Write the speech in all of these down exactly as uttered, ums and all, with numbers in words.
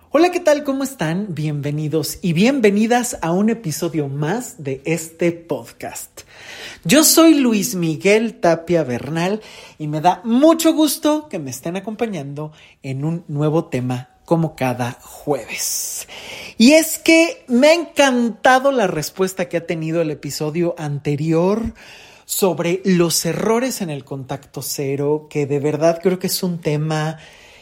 Hola, ¿qué tal? ¿Cómo están? Bienvenidos y bienvenidas a un episodio más de este podcast. Yo soy Luis Miguel Tapia Bernal y me da mucho gusto que me estén acompañando en un nuevo tema como cada jueves. Y es que me ha encantado la respuesta que ha tenido el episodio anterior sobre los errores en el contacto cero, que de verdad creo que es un tema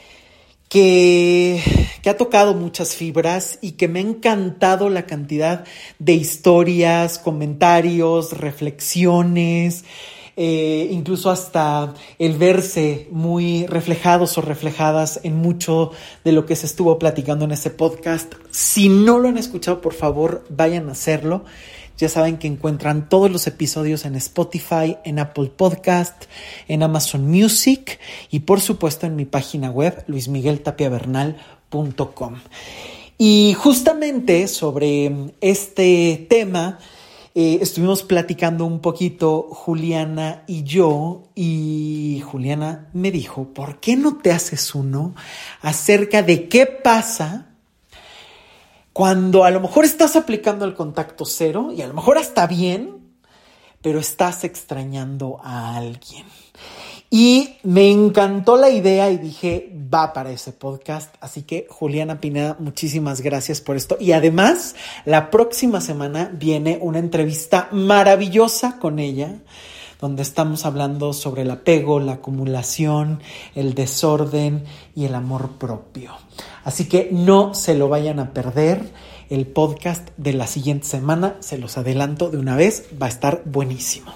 Que, que ha tocado muchas fibras y que me ha encantado la cantidad de historias, comentarios, reflexiones, eh, incluso hasta el verse muy reflejados o reflejadas en mucho de lo que se estuvo platicando en ese podcast. Si no lo han escuchado, por favor, vayan a hacerlo. Ya saben que encuentran todos los episodios en Spotify, en Apple Podcast, en Amazon Music y por supuesto en mi página web luis miguel tapia bernal punto com. Y justamente sobre este tema eh, estuvimos platicando un poquito Juliana y yo, y Juliana me dijo, ¿por qué no te haces uno acerca de qué pasa cuando a lo mejor estás aplicando el contacto cero y a lo mejor está bien, pero estás extrañando a alguien? Y me encantó la idea y dije, va para ese podcast. Así que Juliana Pineda, muchísimas gracias por esto. Y además, la próxima semana viene una entrevista maravillosa con ella, donde estamos hablando sobre el apego, la acumulación, el desorden y el amor propio. Así que no se lo vayan a perder. El podcast de la siguiente semana, se los adelanto de una vez, va a estar buenísimo.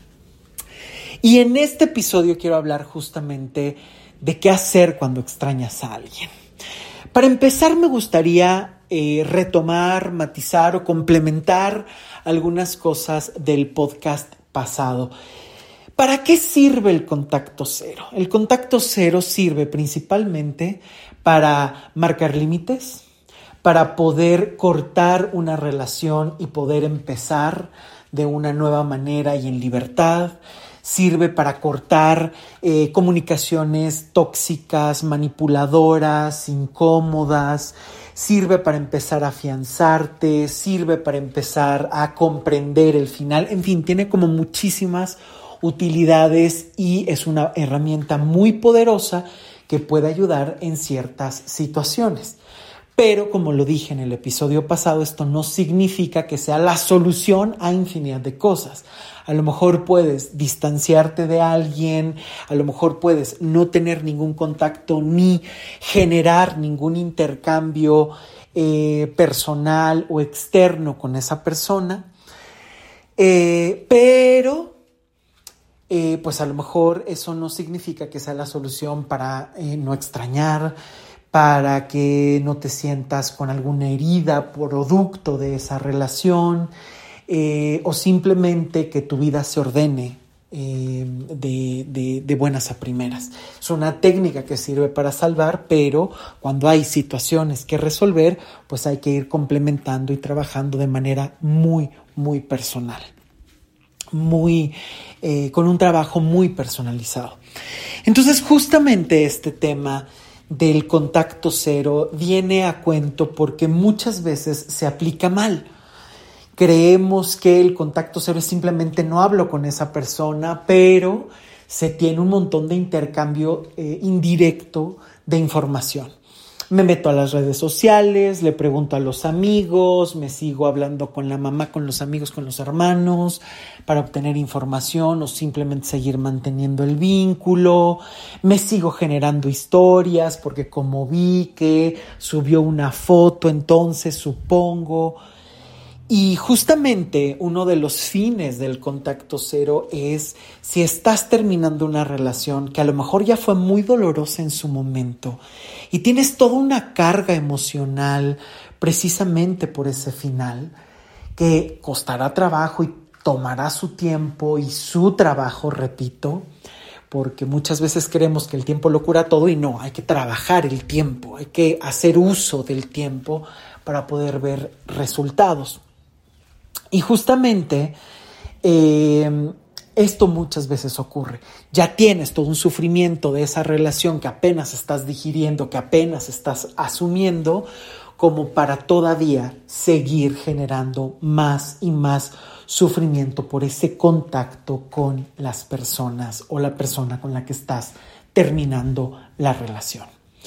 Y en este episodio quiero hablar justamente de qué hacer cuando extrañas a alguien. Para empezar, me gustaría eh, retomar, matizar o complementar algunas cosas del podcast pasado. ¿Para qué sirve el contacto cero? El contacto cero sirve principalmente para marcar límites, para poder cortar una relación y poder empezar de una nueva manera y en libertad. Sirve para cortar eh, comunicaciones tóxicas, manipuladoras, incómodas. Sirve para empezar a afianzarte, sirve para empezar a comprender el final. En fin, tiene como muchísimas utilidades y es una herramienta muy poderosa que puede ayudar en ciertas situaciones. Pero como lo dije en el episodio pasado, esto no significa que sea la solución a infinidad de cosas. A lo mejor puedes distanciarte de alguien, a lo mejor puedes no tener ningún contacto ni generar ningún intercambio eh, personal o externo con esa persona, eh, pero eh, pues a lo mejor eso no significa que sea la solución para eh, no extrañar, para que no te sientas con alguna herida producto de esa relación, eh, o simplemente que tu vida se ordene eh, de, de, de buenas a primeras. Es una técnica que sirve para salvar, pero cuando hay situaciones que resolver, pues hay que ir complementando y trabajando de manera muy, muy personal. Muy, eh, con un trabajo muy personalizado. Entonces, justamente este tema del contacto cero viene a cuento porque muchas veces se aplica mal. Creemos que el contacto cero es simplemente no hablo con esa persona, pero se tiene un montón de intercambio eh, indirecto de información. Me meto a las redes sociales, le pregunto a los amigos, me sigo hablando con la mamá, con los amigos, con los hermanos para obtener información o simplemente seguir manteniendo el vínculo. Me sigo generando historias porque como vi que subió una foto, entonces supongo. Y justamente uno de los fines del contacto cero es si estás terminando una relación que a lo mejor ya fue muy dolorosa en su momento y tienes toda una carga emocional precisamente por ese final que costará trabajo y tomará su tiempo y su trabajo, repito, porque muchas veces creemos que el tiempo lo cura todo y no, hay que trabajar el tiempo, hay que hacer uso del tiempo para poder ver resultados. Y justamente eh, Esto muchas veces ocurre. Ya tienes todo un sufrimiento de esa relación que apenas estás digiriendo, que apenas estás asumiendo, como para todavía seguir generando más y más sufrimiento por ese contacto con las personas o la persona con la que estás terminando la relación.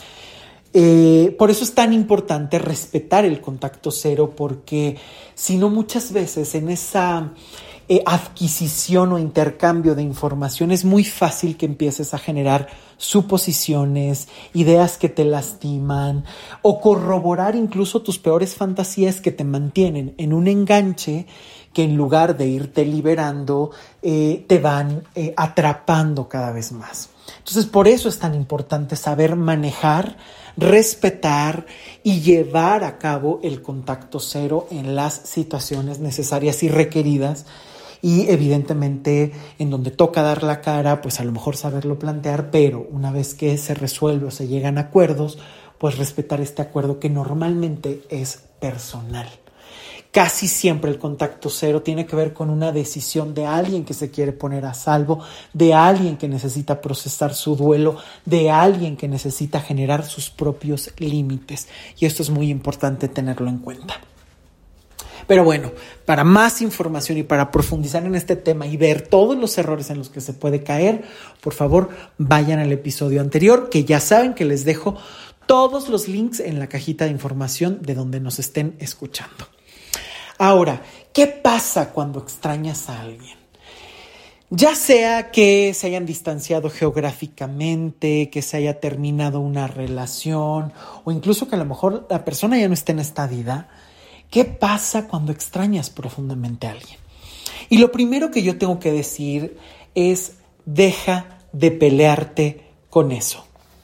Eh, por eso es tan importante respetar el contacto cero, porque si no, muchas veces en esa eh, adquisición o intercambio de información es muy fácil que empieces a generar suposiciones, ideas que te lastiman o corroborar incluso tus peores fantasías que te mantienen en un enganche que en lugar de irte liberando, eh, te van eh, atrapando cada vez más. Entonces, por eso es tan importante saber manejar, respetar y llevar a cabo el contacto cero en las situaciones necesarias y requeridas. Y evidentemente en donde toca dar la cara, pues a lo mejor saberlo plantear, pero una vez que se resuelve o se llegan a acuerdos, pues respetar este acuerdo que normalmente es personal. Casi siempre el contacto cero tiene que ver con una decisión de alguien que se quiere poner a salvo, de alguien que necesita procesar su duelo, de alguien que necesita generar sus propios límites. Y esto es muy importante tenerlo en cuenta. Pero bueno, para más información y para profundizar en este tema y ver todos los errores en los que se puede caer, por favor, vayan al episodio anterior, que ya saben que les dejo todos los links en la cajita de información de donde nos estén escuchando. Ahora, ¿qué pasa cuando extrañas a alguien? Ya sea que se hayan distanciado geográficamente, que se haya terminado una relación o incluso que a lo mejor la persona ya no esté en esta vida, ¿qué pasa cuando extrañas profundamente a alguien? Y lo primero que yo tengo que decir es: deja de pelearte con eso.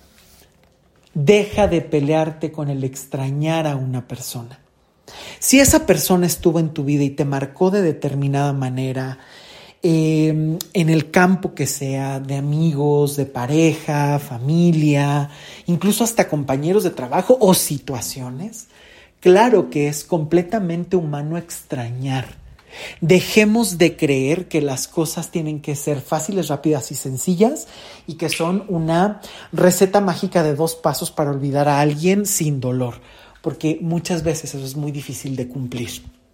Deja de pelearte con el extrañar a una persona. Si esa persona estuvo en tu vida y te marcó de determinada manera, eh, en el campo que sea, de amigos, de pareja, familia, incluso hasta compañeros de trabajo o situaciones, claro que es completamente humano extrañar. Dejemos de creer que las cosas tienen que ser fáciles, rápidas y sencillas y que son una receta mágica de dos pasos para olvidar a alguien sin dolor, porque muchas veces eso es muy difícil de cumplir.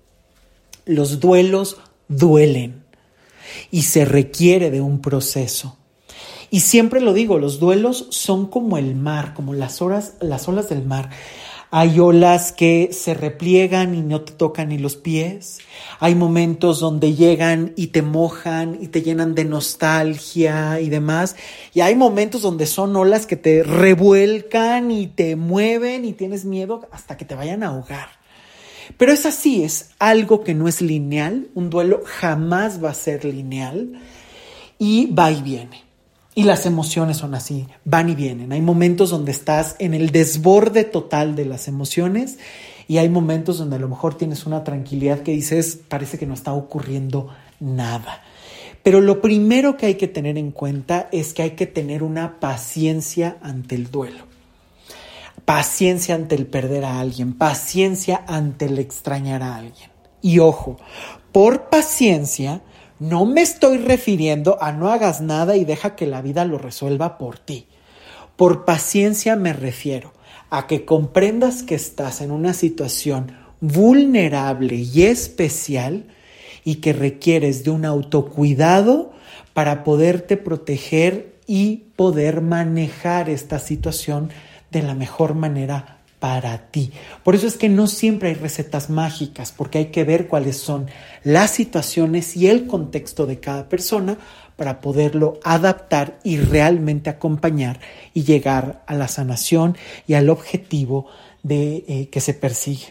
Los duelos duelen y se requiere de un proceso. Y siempre lo digo, los duelos son como el mar, como las olas, las olas del mar. Hay olas que se repliegan y no te tocan ni los pies. Hay momentos donde llegan y te mojan y te llenan de nostalgia y demás. Y hay momentos donde son olas que te revuelcan y te mueven y tienes miedo hasta que te vayan a ahogar. Pero es así, es algo que no es lineal. Un duelo jamás va a ser lineal y va y viene. Y las emociones son así, van y vienen. Hay momentos donde estás en el desborde total de las emociones y hay momentos donde a lo mejor tienes una tranquilidad que dices, parece que no está ocurriendo nada. Pero lo primero que hay que tener en cuenta es que hay que tener una paciencia ante el duelo. Paciencia ante el perder a alguien, paciencia ante el extrañar a alguien. Y ojo, por paciencia no me estoy refiriendo a no hagas nada y deja que la vida lo resuelva por ti. Por paciencia me refiero a que comprendas que estás en una situación vulnerable y especial y que requieres de un autocuidado para poderte proteger y poder manejar esta situación de la mejor manera para ti. Por eso es que no siempre hay recetas mágicas, porque hay que ver cuáles son las situaciones y el contexto de cada persona para poderlo adaptar y realmente acompañar y llegar a la sanación y al objetivo de, eh, que se persigue.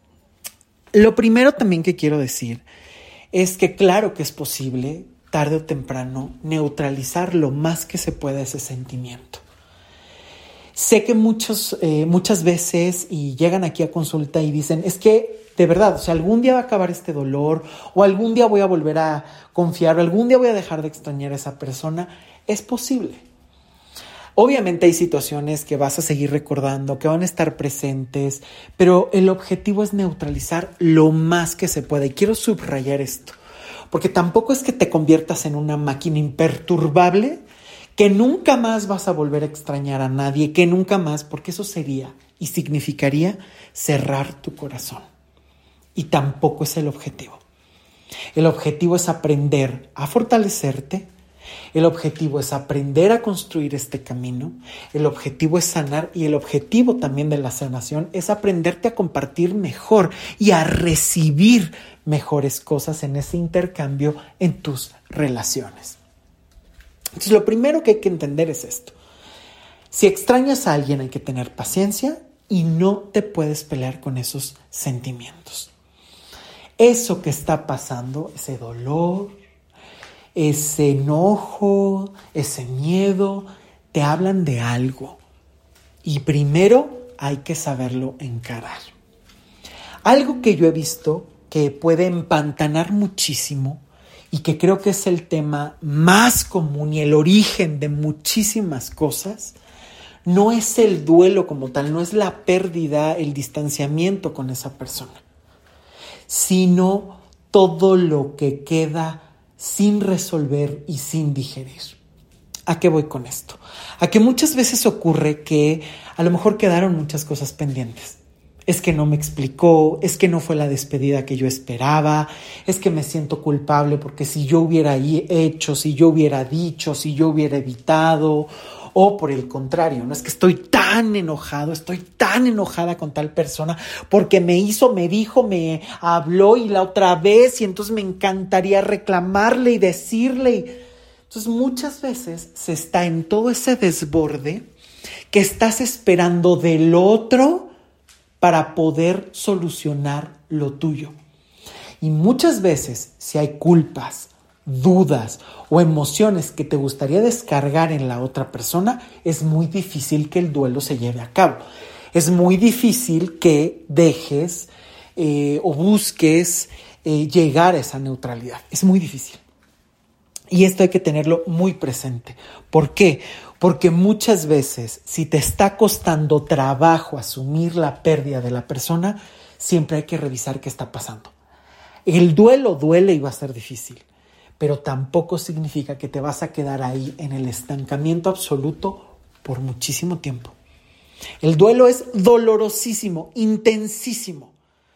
Lo primero también que quiero decir es que claro que es posible, tarde o temprano, neutralizar lo más que se pueda ese sentimiento. Sé que muchos, eh, muchas veces y llegan aquí a consulta y dicen, es que de verdad, o sea, algún día va a acabar este dolor o algún día voy a volver a confiar o algún día voy a dejar de extrañar a esa persona. Es posible. Obviamente hay situaciones que vas a seguir recordando, que van a estar presentes, pero el objetivo es neutralizar lo más que se pueda. Y quiero subrayar esto, Porque tampoco es que te conviertas en una máquina imperturbable que nunca más vas a volver a extrañar a nadie, que nunca más, porque eso sería y significaría cerrar tu corazón. Y tampoco es el objetivo. El objetivo es aprender a fortalecerte. El objetivo es aprender a construir este camino. El objetivo es sanar y el objetivo también de la sanación es aprenderte a compartir mejor y a recibir mejores cosas en ese intercambio en tus relaciones. Entonces, lo primero que hay que entender es esto. Si extrañas a alguien hay que tener paciencia y no te puedes pelear con esos sentimientos. Eso que está pasando, ese dolor, ese enojo, ese miedo, te hablan de algo. Y primero hay que saberlo encarar. Algo que yo he visto que puede empantanar muchísimo y que creo que es el tema más común y el origen de muchísimas cosas, no es el duelo como tal, no es la pérdida, el distanciamiento con esa persona, sino todo lo que queda sin resolver y sin digerir. ¿A qué voy con esto? A que muchas veces ocurre que a lo mejor quedaron muchas cosas pendientes. Es que no me explicó, es que no fue la despedida que yo esperaba, es que me siento culpable porque si yo hubiera hecho, si yo hubiera dicho, si yo hubiera evitado, o por el contrario, no es que estoy tan enojado, estoy tan enojada con tal persona porque me hizo, me dijo, me habló y la otra vez y entonces me encantaría reclamarle y decirle. Y... Entonces muchas veces se está en todo ese desborde que estás esperando del otro para poder solucionar lo tuyo. Y muchas veces, si hay culpas, dudas o emociones que te gustaría descargar en la otra persona, es muy difícil que el duelo se lleve a cabo. Es muy difícil que dejes eh, o busques eh, llegar a esa neutralidad. Es muy difícil. Y esto hay que tenerlo muy presente. ¿Por qué? Porque muchas veces, si te está costando trabajo asumir la pérdida de la persona, siempre hay que revisar qué está pasando. El duelo duele y va a ser difícil, pero tampoco significa que te vas a quedar ahí en el estancamiento absoluto por muchísimo tiempo. El duelo es dolorosísimo, intensísimo,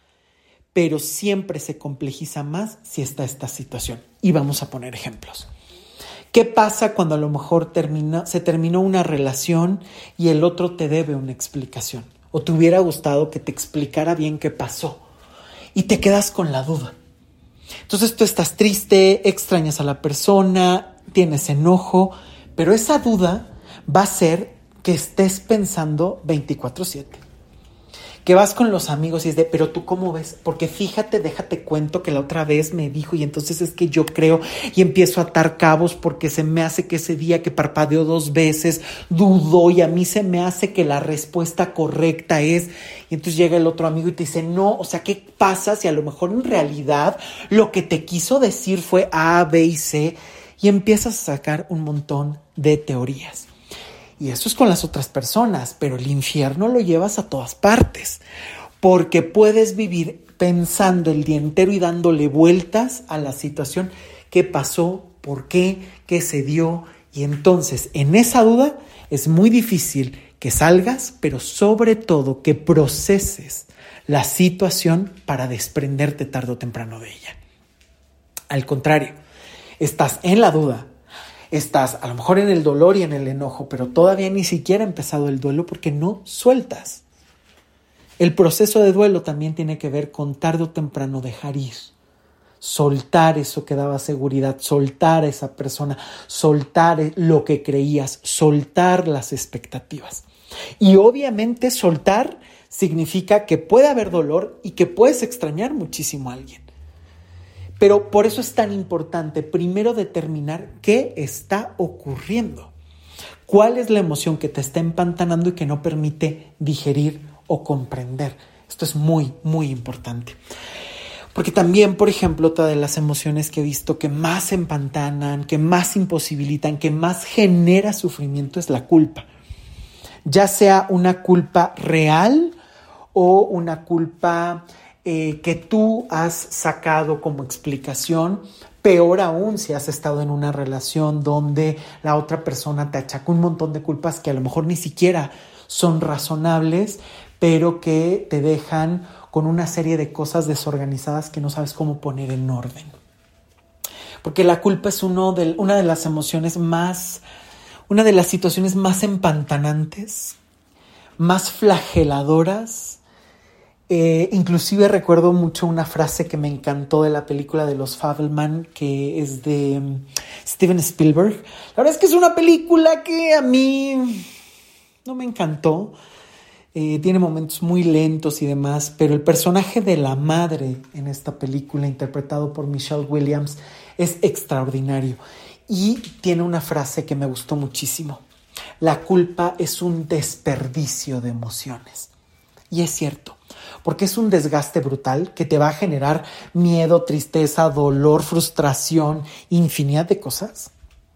pero siempre se complejiza más si está esta situación. Y vamos a poner ejemplos. ¿Qué pasa cuando a lo mejor termina, se terminó una relación y el otro te debe una explicación? O te hubiera gustado que te explicara bien qué pasó y te quedas con la duda. Entonces tú estás triste, extrañas a la persona, tienes enojo, pero esa duda va a hacer que estés pensando veinticuatro siete. Que vas con los amigos y es de, pero tú ¿cómo ves? Porque fíjate, déjate cuento que la otra vez me dijo y entonces es que yo creo y empiezo a atar cabos porque se me hace que ese día que parpadeó dos veces dudó y a mí se me hace que la respuesta correcta es, y entonces llega el otro amigo y te dice, no, o sea, ¿qué pasa si a lo mejor en realidad lo que te quiso decir fue A, B y C? Y empiezas a sacar un montón de teorías. Y eso es con las otras personas, pero el infierno lo llevas a todas partes, porque puedes vivir pensando el día entero y dándole vueltas a la situación, qué pasó, por qué, qué se dio, y entonces en esa duda es muy difícil que salgas, pero sobre todo que proceses la situación para desprenderte tarde o temprano de ella. Al contrario, estás en la duda, estás a lo mejor en el dolor y en el enojo, pero todavía ni siquiera ha empezado el duelo porque no sueltas. El proceso de duelo también tiene que ver con tarde o temprano dejar ir, soltar eso que daba seguridad, soltar a esa persona, soltar lo que creías, soltar las expectativas. Y obviamente soltar significa que puede haber dolor y que puedes extrañar muchísimo a alguien. Pero por eso es tan importante primero determinar qué está ocurriendo. ¿Cuál es la emoción que te está empantanando y que no permite digerir o comprender? Esto es muy, muy importante. Porque también, por ejemplo, otra de las emociones que he visto que más empantanan, que más imposibilitan, que más genera sufrimiento es la culpa. Ya sea una culpa real o una culpa Eh, que tú has sacado como explicación Peor aún si has estado en una relación donde la otra persona te achaca un montón de culpas que a lo mejor ni siquiera son razonables, pero que te dejan con una serie de cosas desorganizadas que no sabes cómo poner en orden. Porque la culpa es uno de, una de las emociones más, una de las situaciones más empantanantes, más flageladoras. Eh, inclusive recuerdo mucho una frase que me encantó de la película de los Fabelman, que es de um, Steven Spielberg. La verdad es que es una película que a mí no me encantó. Eh, tiene momentos muy lentos y demás, pero el personaje de la madre en esta película, interpretado por Michelle Williams, es extraordinario. Y tiene una frase que me gustó muchísimo. La culpa es un desperdicio de emociones. Y es cierto, porque es un desgaste brutal que te va a generar miedo, tristeza, dolor, frustración, infinidad de cosas.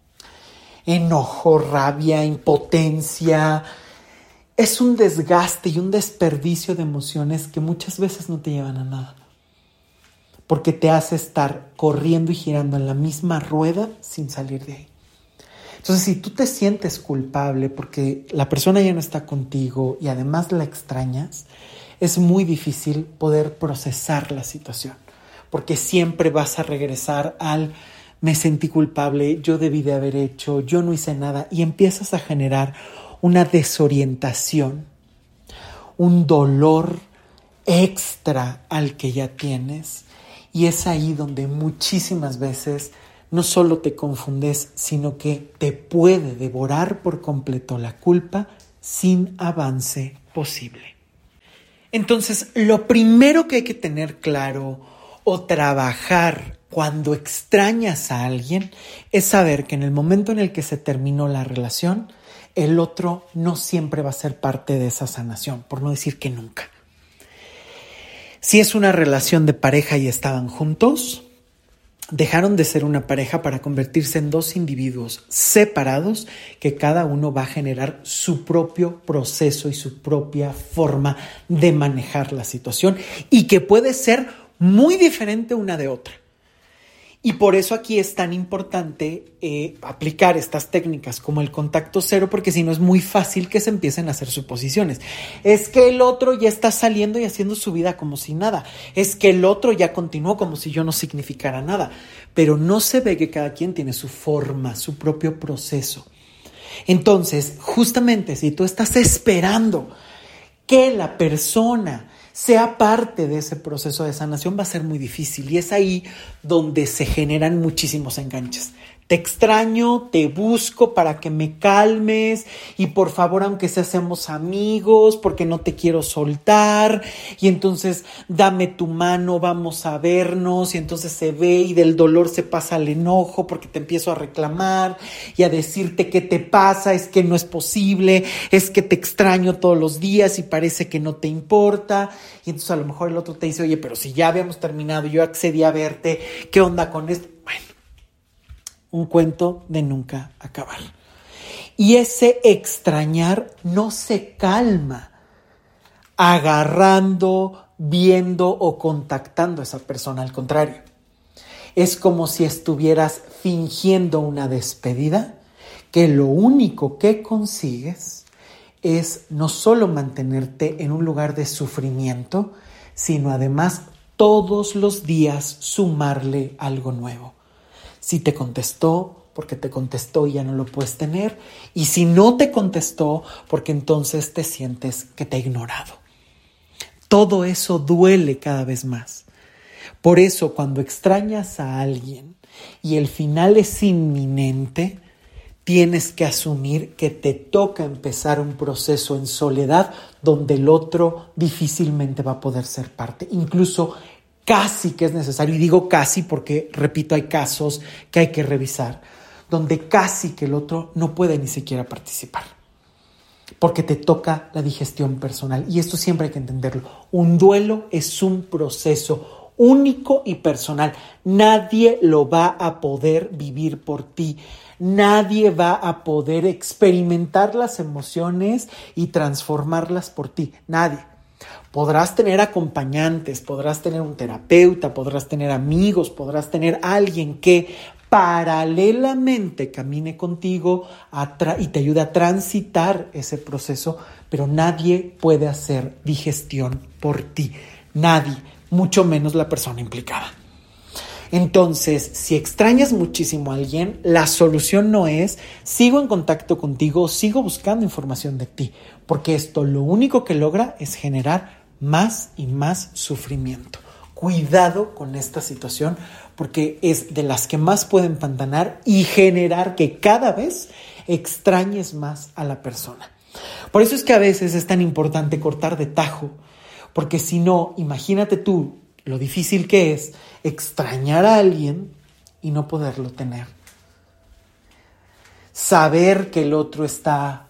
Enojo, rabia, impotencia. Es un desgaste y un desperdicio de emociones que muchas veces no te llevan a nada. Porque te hace estar corriendo y girando en la misma rueda sin salir de ahí. Entonces, si tú te sientes culpable porque la persona ya no está contigo y además la extrañas, es muy difícil poder procesar la situación, porque siempre vas a regresar al me sentí culpable, yo debí de haber hecho, yo no hice nada, y empiezas a generar una desorientación, un dolor extra al que ya tienes, y es ahí donde muchísimas veces no solo te confundes, sino que te puede devorar por completo la culpa sin avance posible. Entonces, lo primero que hay que tener claro o trabajar cuando extrañas a alguien es saber que en el momento en el que se terminó la relación, el otro no siempre va a ser parte de esa sanación, por no decir que nunca. Si es una relación de pareja y estaban juntos, dejaron de ser una pareja para convertirse en dos individuos separados que cada uno va a generar su propio proceso y su propia forma de manejar la situación y que puede ser muy diferente una de otra. Y por eso aquí es tan importante eh, aplicar estas técnicas como el contacto cero, porque si no es muy fácil que se empiecen a hacer suposiciones. Es que el otro ya está saliendo y haciendo su vida como si nada. Es que el otro ya continuó como si yo no significara nada. Pero no se ve que cada quien tiene su forma, su propio proceso. Entonces, justamente si tú estás esperando que la persona sea parte de ese proceso de sanación, va a ser muy difícil, y es ahí donde se generan muchísimos enganches. Te extraño, te busco para que me calmes y por favor, aunque sea, seamos amigos porque no te quiero soltar, y entonces dame tu mano, vamos a vernos, y entonces se ve y del dolor se pasa al enojo porque te empiezo a reclamar y a decirte qué te pasa, es que no es posible, es que te extraño todos los días y parece que no te importa, y entonces a lo mejor el otro te dice, oye, pero si ya habíamos terminado, yo accedí a verte, ¿qué onda con esto? Bueno, un cuento de nunca acabar. Y ese extrañar no se calma agarrando, viendo o contactando a esa persona. Al contrario, es como si estuvieras fingiendo una despedida, que lo único que consigues es no solo mantenerte en un lugar de sufrimiento, sino además todos los días sumarle algo nuevo. Si te contestó, porque te contestó y ya no lo puedes tener. Y si no te contestó, porque entonces te sientes que te ha ignorado. Todo eso duele cada vez más. Por eso, cuando extrañas a alguien y el final es inminente, tienes que asumir que te toca empezar un proceso en soledad donde el otro difícilmente va a poder ser parte. Incluso casi que es necesario, y digo casi porque, repito, hay casos que hay que revisar, donde casi que el otro no puede ni siquiera participar, porque te toca la digestión personal. Y esto siempre hay que entenderlo. Un duelo es un proceso único y personal. Nadie lo va a poder vivir por ti. Nadie va a poder experimentar las emociones y transformarlas por ti. Nadie. Podrás tener acompañantes, podrás tener un terapeuta, podrás tener amigos, podrás tener alguien que paralelamente camine contigo y te ayude a transitar ese proceso, pero nadie puede hacer digestión por ti. Nadie, mucho menos la persona implicada. Entonces, si extrañas muchísimo a alguien, la solución no es sigo en contacto contigo, sigo buscando información de ti, porque esto lo único que logra es generar más y más sufrimiento. Cuidado con esta situación, porque es de las que más pueden pantanar y generar que cada vez extrañes más a la persona. Por eso es que a veces es tan importante cortar de tajo, porque si no, imagínate tú lo difícil que es extrañar a alguien y no poderlo tener. Saber que el otro está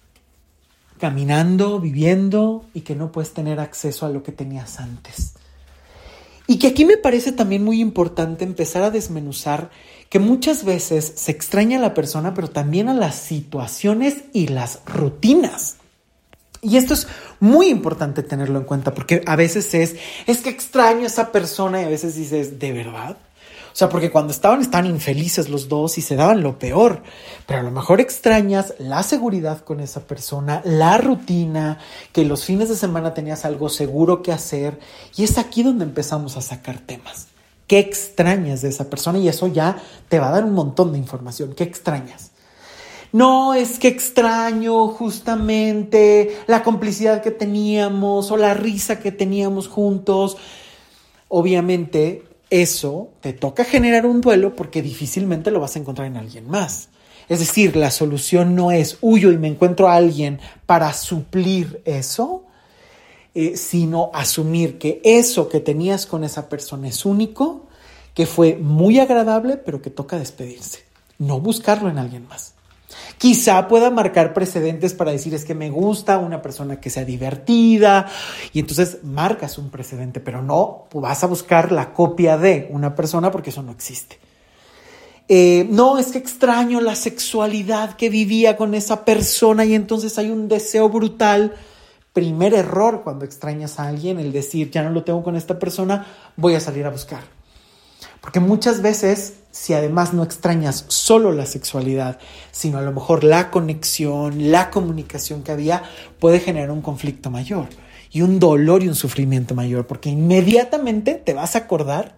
caminando, viviendo y que no puedes tener acceso a lo que tenías antes. Y que aquí me parece también muy importante empezar a desmenuzar que muchas veces se extraña a la persona, pero también a las situaciones y las rutinas. Y esto es muy importante tenerlo en cuenta, porque a veces es, es que extraño a esa persona y a veces dices, ¿de verdad? O sea, porque cuando estaban, estaban infelices los dos y se daban lo peor, pero a lo mejor extrañas la seguridad con esa persona, la rutina, que los fines de semana tenías algo seguro que hacer, y es aquí donde empezamos a sacar temas. ¿Qué extrañas de esa persona? Y eso ya te va a dar un montón de información. ¿Qué extrañas? No, es que extraño justamente la complicidad que teníamos o la risa que teníamos juntos. Obviamente, eso te toca generar un duelo porque difícilmente lo vas a encontrar en alguien más. Es decir, la solución no es huyo y me encuentro a alguien para suplir eso, eh, sino asumir que eso que tenías con esa persona es único, que fue muy agradable, pero que toca despedirse. No buscarlo en alguien más. Quizá pueda marcar precedentes para decir es que me gusta una persona que sea divertida y entonces marcas un precedente, pero no vas a buscar la copia de una persona porque eso no existe. Eh, no, es que extraño la sexualidad que vivía con esa persona y entonces hay un deseo brutal. Primer error cuando extrañas a alguien, el decir ya no lo tengo con esta persona, voy a salir a buscar. Porque muchas veces, si además no extrañas solo la sexualidad, sino a lo mejor la conexión, la comunicación que había, puede generar un conflicto mayor y un dolor y un sufrimiento mayor, porque inmediatamente te vas a acordar,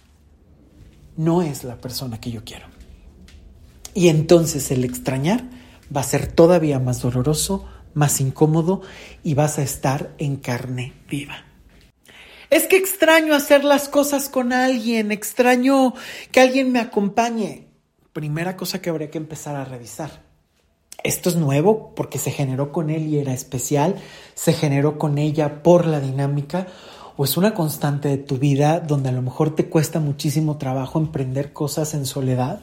no es la persona que yo quiero. Y entonces el extrañar va a ser todavía más doloroso, más incómodo y vas a estar en carne viva. Es que extraño hacer las cosas con alguien, extraño que alguien me acompañe. Primera cosa que habría que empezar a revisar. Esto es nuevo porque se generó con él y era especial, se generó con ella por la dinámica, o es una constante de tu vida donde a lo mejor te cuesta muchísimo trabajo emprender cosas en soledad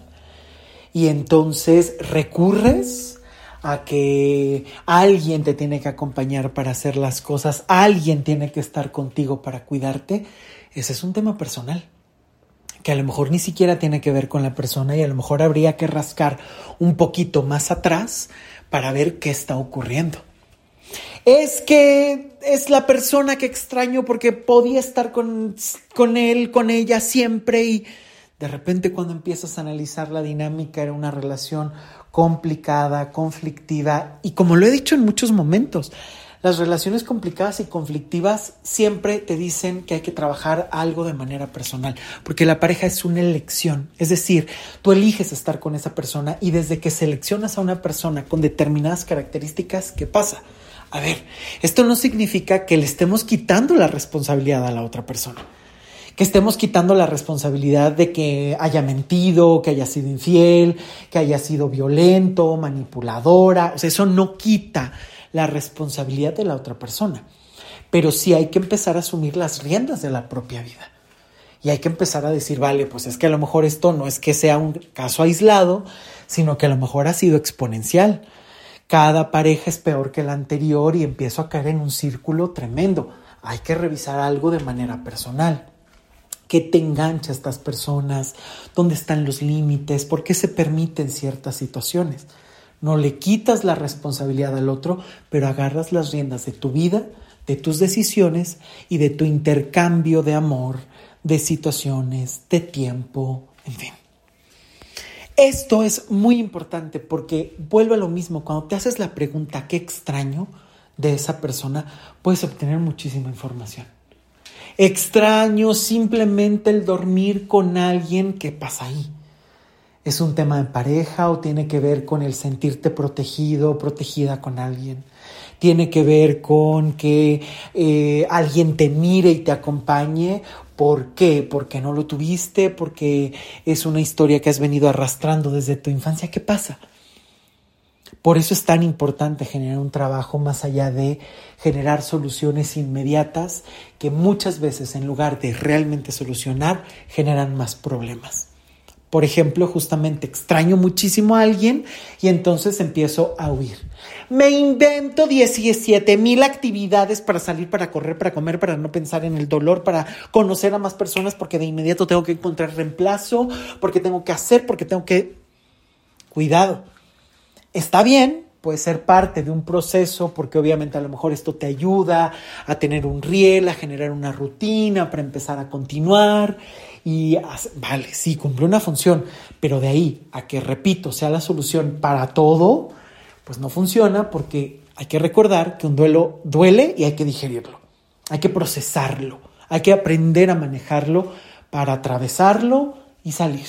y entonces recurres a que alguien te tiene que acompañar para hacer las cosas, alguien tiene que estar contigo para cuidarte. Ese es un tema personal, que a lo mejor ni siquiera tiene que ver con la persona y a lo mejor habría que rascar un poquito más atrás para ver qué está ocurriendo. Es que es la persona que extraño porque podía estar con, con él, con ella siempre y de repente cuando empiezas a analizar la dinámica era una relación complicada, conflictiva y como lo he dicho en muchos momentos, las relaciones complicadas y conflictivas siempre te dicen que hay que trabajar algo de manera personal, porque la pareja es una elección, es decir, tú eliges estar con esa persona y desde que seleccionas a una persona con determinadas características, ¿qué pasa? A ver, esto no significa que le estemos quitando la responsabilidad a la otra persona, que estemos quitando la responsabilidad de que haya mentido, que haya sido infiel, que haya sido violento, manipuladora. O sea, eso no quita la responsabilidad de la otra persona. Pero sí hay que empezar a asumir las riendas de la propia vida. Y hay que empezar a decir, vale, pues es que a lo mejor esto no es que sea un caso aislado, sino que a lo mejor ha sido exponencial. Cada pareja es peor que la anterior y empiezo a caer en un círculo tremendo. Hay que revisar algo de manera personal. ¿Qué te engancha a estas personas? ¿Dónde están los límites? ¿Por qué se permiten ciertas situaciones? No le quitas la responsabilidad al otro, pero agarras las riendas de tu vida, de tus decisiones y de tu intercambio de amor, de situaciones, de tiempo, en fin. Esto es muy importante porque vuelve a lo mismo. Cuando te haces la pregunta ¿qué extraño de esa persona? Puedes obtener muchísima información. Extraño simplemente el dormir con alguien. ¿Qué pasa ahí? ¿Es un tema de pareja o tiene que ver con el sentirte protegido o protegida con alguien? ¿Tiene que ver con que eh, alguien te mire y te acompañe? ¿Por qué? ¿Porque no lo tuviste? ¿Porque es una historia que has venido arrastrando desde tu infancia? ¿Qué pasa? Por eso es tan importante generar un trabajo más allá de generar soluciones inmediatas que muchas veces, en lugar de realmente solucionar, generan más problemas. Por ejemplo, justamente extraño muchísimo a alguien y entonces empiezo a huir. Me invento diecisiete mil actividades para salir, para correr, para comer, para no pensar en el dolor, para conocer a más personas, porque de inmediato tengo que encontrar reemplazo, porque tengo que hacer, porque tengo que... Cuidado. Está bien, puede ser parte de un proceso, porque obviamente a lo mejor esto te ayuda a tener un riel, a generar una rutina para empezar a continuar. Y vale, sí, cumple una función, pero de ahí a que, repito, sea la solución para todo, pues no funciona, porque hay que recordar que un duelo duele y hay que digerirlo, hay que procesarlo, hay que aprender a manejarlo para atravesarlo y salir.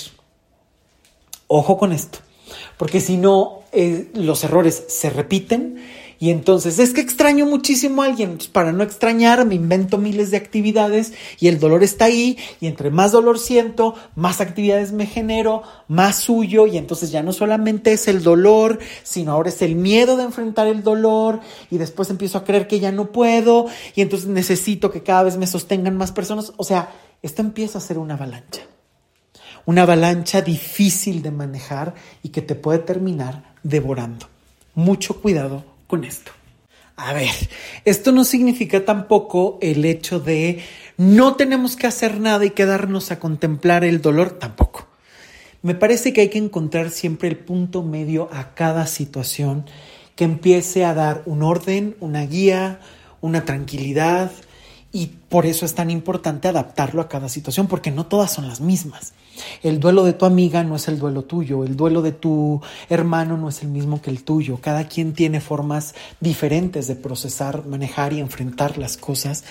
Ojo con esto, porque si no, eh, los errores se repiten. Y entonces, es que extraño muchísimo a alguien. Entonces, para no extrañar, me invento miles de actividades y el dolor está ahí. Y entre más dolor siento, más actividades me genero, más huyo. Y entonces ya no solamente es el dolor, sino ahora es el miedo de enfrentar el dolor. Y después empiezo a creer que ya no puedo. Y entonces necesito que cada vez me sostengan más personas. O sea, esto empieza a ser una avalancha. Una avalancha difícil de manejar y que te puede terminar devorando. Mucho cuidado con esto. A ver, esto no significa tampoco el hecho de no tenemos que hacer nada y quedarnos a contemplar el dolor, tampoco. Me parece que hay que encontrar siempre el punto medio a cada situación que empiece a dar un orden, una guía, una tranquilidad, y por eso es tan importante adaptarlo a cada situación, porque no todas son las mismas. El duelo de tu amiga no es el duelo tuyo, el duelo de tu hermano no es el mismo que el tuyo. Cada quien tiene formas diferentes de procesar, manejar y enfrentar las cosas.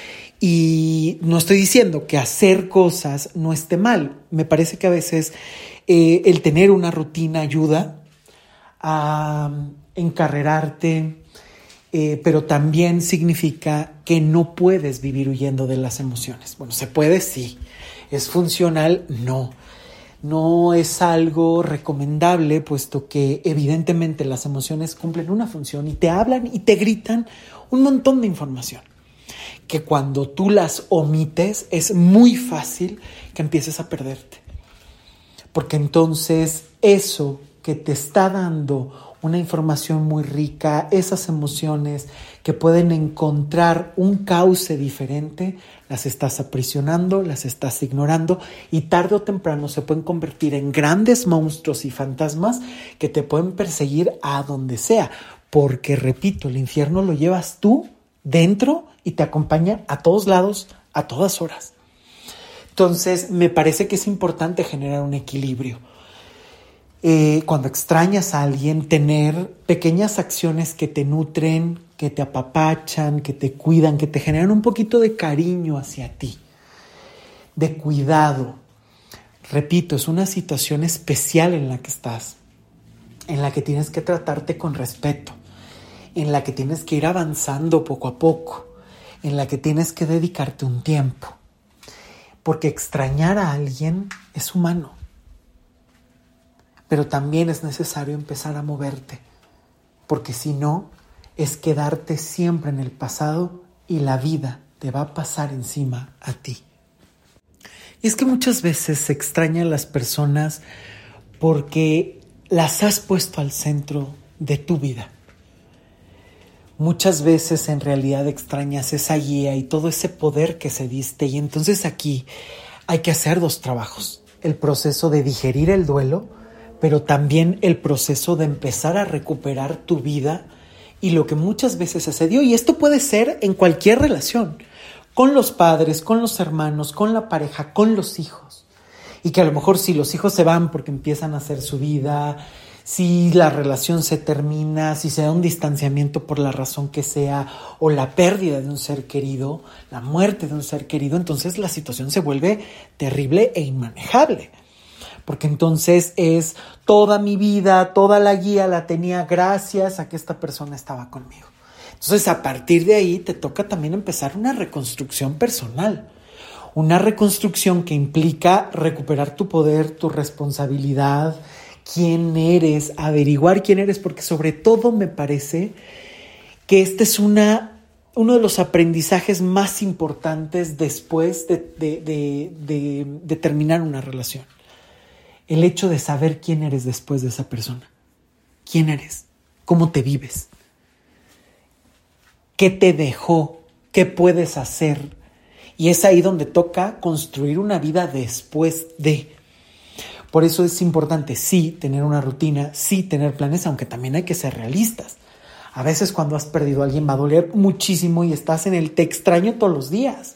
Y no estoy diciendo que hacer cosas no esté mal. Me parece que a veces eh, el tener una rutina ayuda a encarrerarte, eh, pero también significa que no puedes vivir huyendo de las emociones. Bueno, se puede, sí. ¿Es funcional? No. No es algo recomendable, puesto que evidentemente las emociones cumplen una función y te hablan y te gritan un montón de información, que cuando tú las omites es muy fácil que empieces a perderte. Porque entonces eso que te está dando una información muy rica, esas emociones que pueden encontrar un cauce diferente, las estás aprisionando, las estás ignorando y tarde o temprano se pueden convertir en grandes monstruos y fantasmas que te pueden perseguir a donde sea. Porque, repito, el infierno lo llevas tú dentro y te acompaña a todos lados, a todas horas. Entonces, me parece que es importante generar un equilibrio. Eh, cuando extrañas a alguien, tener pequeñas acciones que te nutren, que te apapachan, que te cuidan, que te generan un poquito de cariño hacia ti, de cuidado. Repito, es una situación especial en la que estás, en la que tienes que tratarte con respeto, en la que tienes que ir avanzando poco a poco, en la que tienes que dedicarte un tiempo, porque extrañar a alguien es humano. Pero también es necesario empezar a moverte, porque si no, es quedarte siempre en el pasado y la vida te va a pasar encima a ti. Y es que muchas veces se extrañan las personas porque las has puesto al centro de tu vida. Muchas veces en realidad extrañas esa guía y todo ese poder que se diste, y entonces aquí hay que hacer dos trabajos: el proceso de digerir el duelo, pero también el proceso de empezar a recuperar tu vida Y lo que muchas veces sucedió, y esto puede ser en cualquier relación, con los padres, con los hermanos, con la pareja, con los hijos. Y que a lo mejor si los hijos se van porque empiezan a hacer su vida, si la relación se termina, si se da un distanciamiento por la razón que sea, o la pérdida de un ser querido, la muerte de un ser querido, entonces la situación se vuelve terrible e inmanejable. Porque entonces es toda mi vida, toda la guía la tenía gracias a que esta persona estaba conmigo. Entonces, a partir de ahí te toca también empezar una reconstrucción personal. Una reconstrucción que implica recuperar tu poder, tu responsabilidad, quién eres, averiguar quién eres, porque sobre todo me parece que este es una, uno de los aprendizajes más importantes después de, de, de, de, de terminar una relación. El hecho de saber quién eres después de esa persona. ¿Quién eres? ¿Cómo te vives? ¿Qué te dejó? ¿Qué puedes hacer? Y es ahí donde toca construir una vida después de. Por eso es importante, sí, tener una rutina, sí, tener planes, aunque también hay que ser realistas. A veces cuando has perdido a alguien va a doler muchísimo y estás en el te extraño todos los días.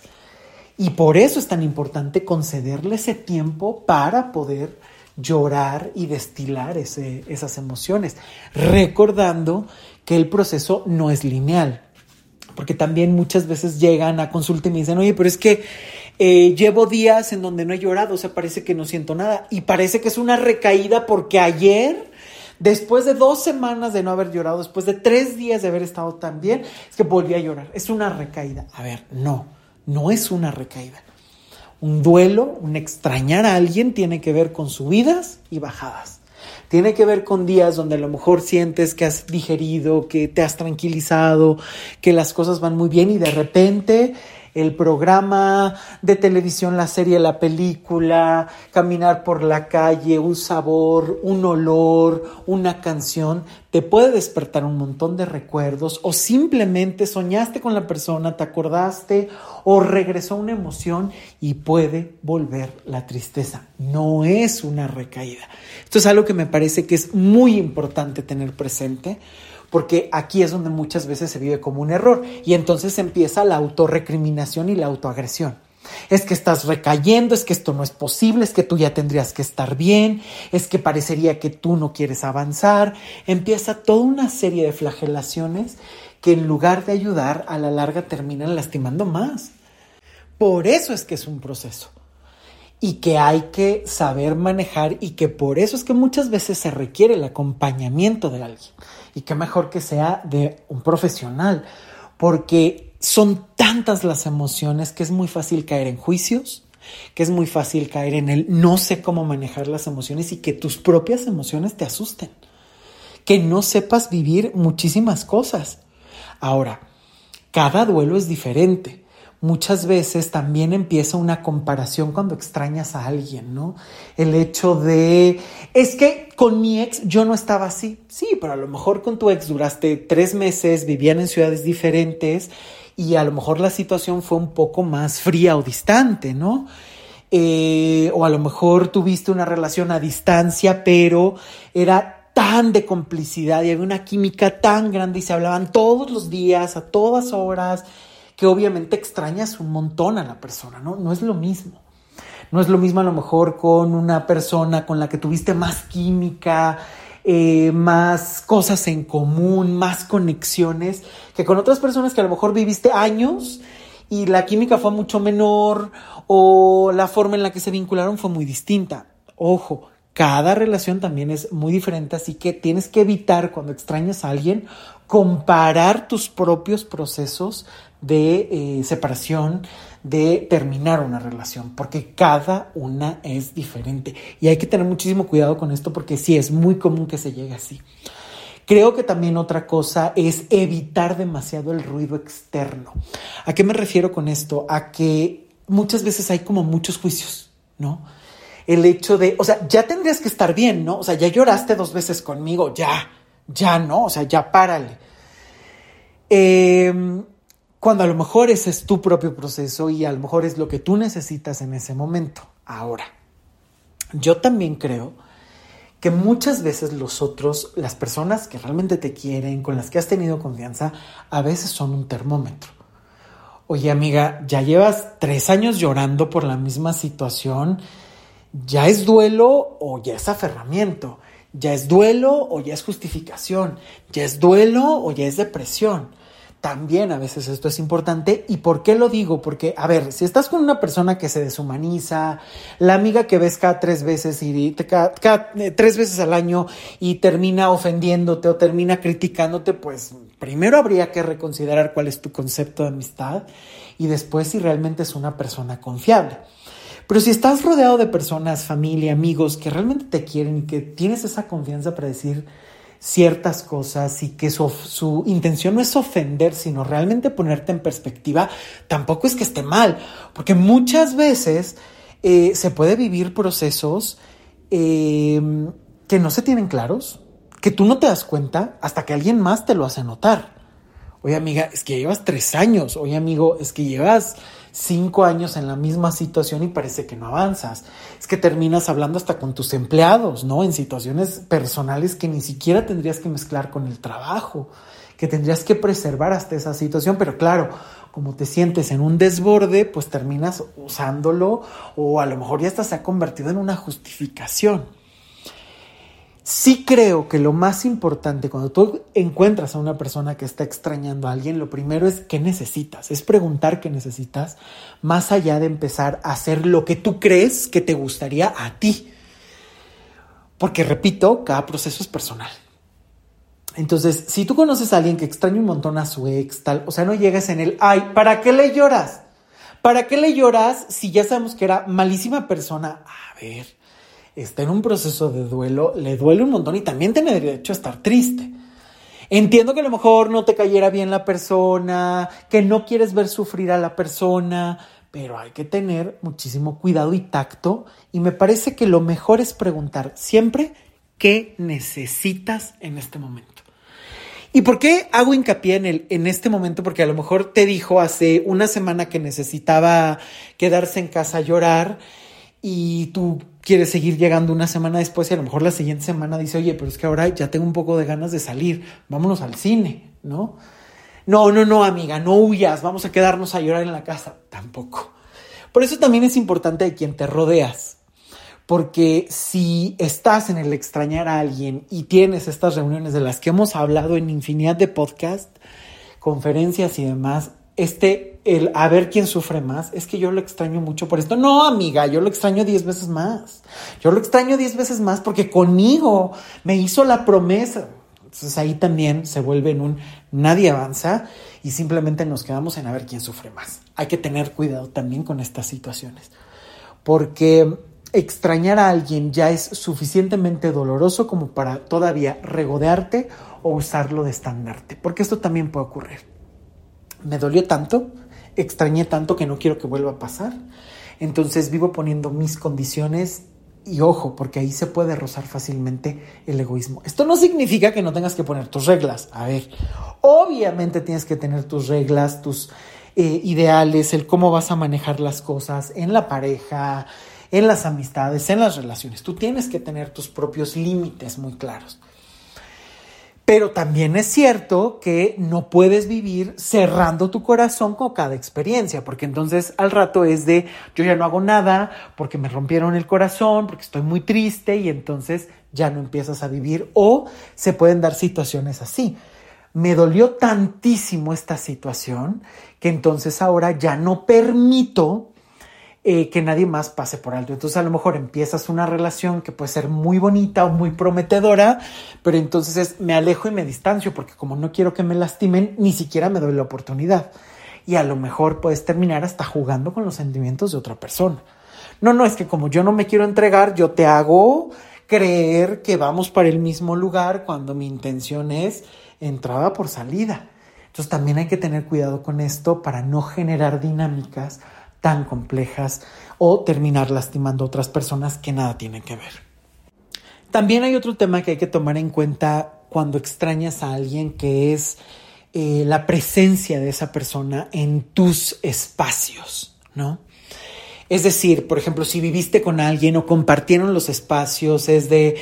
Y por eso es tan importante concederle ese tiempo para poder llorar y destilar ese, esas emociones, recordando que el proceso no es lineal. Porque también muchas veces llegan a consulta y me dicen, oye, pero es que eh, llevo días en donde no he llorado, o sea, parece que no siento nada. Y parece que es una recaída porque ayer, después de dos semanas de no haber llorado, después de tres días de haber estado tan bien, es que volví a llorar. Es una recaída. A ver, no, no es una recaída. Un duelo, un extrañar a alguien tiene que ver con subidas y bajadas. Tiene que ver con días donde a lo mejor sientes que has digerido, que te has tranquilizado, que las cosas van muy bien y de repente el programa de televisión, la serie, la película, caminar por la calle, un sabor, un olor, una canción, te puede despertar un montón de recuerdos o simplemente soñaste con la persona, te acordaste o regresó una emoción y puede volver la tristeza. No es una recaída. Esto es algo que me parece que es muy importante tener presente, porque aquí es donde muchas veces se vive como un error y entonces empieza la autorrecriminación y la autoagresión. Es que estás recayendo, es que esto no es posible, es que tú ya tendrías que estar bien, es que parecería que tú no quieres avanzar. Empieza toda una serie de flagelaciones que en lugar de ayudar, a la larga terminan lastimando más. Por eso es que es un proceso y que hay que saber manejar y que por eso es que muchas veces se requiere el acompañamiento de alguien. Y qué mejor que sea de un profesional, porque son tantas las emociones que es muy fácil caer en juicios, que es muy fácil caer en el no sé cómo manejar las emociones y que tus propias emociones te asusten, que no sepas vivir muchísimas cosas. Ahora, cada duelo es diferente. Muchas veces también empieza una comparación cuando extrañas a alguien, ¿no? El hecho de, es que con mi ex yo no estaba así. Sí, pero a lo mejor con tu ex duraste tres meses, vivían en ciudades diferentes y a lo mejor la situación fue un poco más fría o distante, ¿no? Eh, o a lo mejor tuviste una relación a distancia, pero era tan de complicidad y había una química tan grande y se hablaban todos los días, a todas horas, que obviamente extrañas un montón a la persona, ¿no? No es lo mismo. No es lo mismo a lo mejor con una persona con la que tuviste más química, eh, más cosas en común, más conexiones, que con otras personas que a lo mejor viviste años y la química fue mucho menor o la forma en la que se vincularon fue muy distinta. Ojo, cada relación también es muy diferente, así que tienes que evitar cuando extrañas a alguien comparar tus propios procesos de eh, separación, de terminar una relación, porque cada una es diferente y hay que tener muchísimo cuidado con esto porque sí es muy común que se llegue así. Creo que también otra cosa es evitar demasiado el ruido externo. ¿A qué me refiero con esto? A que muchas veces hay como muchos juicios, ¿no? El hecho de, o sea, ya tendrías que estar bien, ¿no? O sea, ya lloraste dos veces conmigo, ya, ya no, o sea, ya párale. Eh, cuando a lo mejor ese es tu propio proceso y a lo mejor es lo que tú necesitas en ese momento. Ahora, yo también creo que muchas veces los otros, las personas que realmente te quieren, con las que has tenido confianza, a veces son un termómetro. Oye, amiga, ya llevas tres años llorando por la misma situación. ¿Ya es duelo o ya es aferramiento? ¿Ya es duelo o ya es justificación? ¿Ya es duelo o ya es depresión? También a veces esto es importante. ¿Y por qué lo digo? Porque, a ver, si estás con una persona que se deshumaniza, la amiga que ves cada tres veces y cada, cada eh, tres veces al año y termina ofendiéndote o termina criticándote, pues primero habría que reconsiderar cuál es tu concepto de amistad y después si realmente es una persona confiable. Pero si estás rodeado de personas, familia, amigos que realmente te quieren y que tienes esa confianza para decir ciertas cosas y que su, su intención no es ofender, sino realmente ponerte en perspectiva, tampoco es que esté mal, porque muchas veces eh, se puede vivir procesos eh, que no se tienen claros, que tú no te das cuenta hasta que alguien más te lo hace notar. Oye, amiga, es que llevas tres años. Oye, amigo, es que llevas cinco años en la misma situación y parece que no avanzas. Es que terminas hablando hasta con tus empleados, ¿no? En situaciones personales que ni siquiera tendrías que mezclar con el trabajo, que tendrías que preservar hasta esa situación. Pero claro, como te sientes en un desborde, pues terminas usándolo o a lo mejor ya hasta se ha convertido en una justificación. Sí creo que lo más importante cuando tú encuentras a una persona que está extrañando a alguien, lo primero es ¿qué necesitas? Es preguntar qué necesitas, más allá de empezar a hacer lo que tú crees que te gustaría a ti. Porque, repito, cada proceso es personal. Entonces, si tú conoces a alguien que extraña un montón a su ex, tal, o sea, no llegues en el, ay, ¿para qué le lloras? ¿Para qué le lloras si ya sabemos que era malísima persona? A ver, está en un proceso de duelo, le duele un montón y también tiene derecho a estar triste. Entiendo que a lo mejor no te cayera bien la persona, que no quieres ver sufrir a la persona, pero hay que tener muchísimo cuidado y tacto y me parece que lo mejor es preguntar siempre qué necesitas en este momento. ¿Y por qué hago hincapié en, el, en este momento? Porque a lo mejor te dijo hace una semana que necesitaba quedarse en casa a llorar y tú quieres seguir llegando una semana después y a lo mejor la siguiente semana dice, oye, pero es que ahora ya tengo un poco de ganas de salir, vámonos al cine, ¿no? No, no, no, amiga, no huyas, vamos a quedarnos a llorar en la casa. Tampoco. Por eso también es importante de quién te rodeas, porque si estás en el extrañar a alguien y tienes estas reuniones de las que hemos hablado en infinidad de podcasts, conferencias y demás, este, el a ver quién sufre más, es que yo lo extraño mucho por esto. No, amiga, yo lo extraño diez veces más. Yo lo extraño diez veces más porque conmigo me hizo la promesa. Entonces ahí también se vuelve en un nadie avanza y simplemente nos quedamos en a ver quién sufre más. Hay que tener cuidado también con estas situaciones, porque extrañar a alguien ya es suficientemente doloroso como para todavía regodearte o usarlo de estandarte, porque esto también puede ocurrir. Me dolió tanto, extrañé tanto que no quiero que vuelva a pasar. Entonces vivo poniendo mis condiciones y ojo, porque ahí se puede rozar fácilmente el egoísmo. Esto no significa que no tengas que poner tus reglas. A ver, obviamente tienes que tener tus reglas, tus eh, ideales, el cómo vas a manejar las cosas en la pareja, en las amistades, en las relaciones. Tú tienes que tener tus propios límites muy claros. Pero también es cierto que no puedes vivir cerrando tu corazón con cada experiencia, porque entonces al rato es de yo ya no hago nada porque me rompieron el corazón, porque estoy muy triste y entonces ya no empiezas a vivir o se pueden dar situaciones así. Me dolió tantísimo esta situación que entonces ahora ya no permito Eh, que nadie más pase por alto. Entonces a lo mejor empiezas una relación que puede ser muy bonita o muy prometedora, pero entonces es, me alejo y me distancio porque como no quiero que me lastimen, ni siquiera me doy la oportunidad. Y a lo mejor puedes terminar hasta jugando con los sentimientos de otra persona. No, no, es que como yo no me quiero entregar, yo te hago creer que vamos para el mismo lugar cuando mi intención es entrada por salida. Entonces también hay que tener cuidado con esto para no generar dinámicas tan complejas o terminar lastimando a otras personas que nada tienen que ver. También hay otro tema que hay que tomar en cuenta cuando extrañas a alguien, que es eh, la presencia de esa persona en tus espacios, ¿no? Es decir, por ejemplo, si viviste con alguien o compartieron los espacios, es de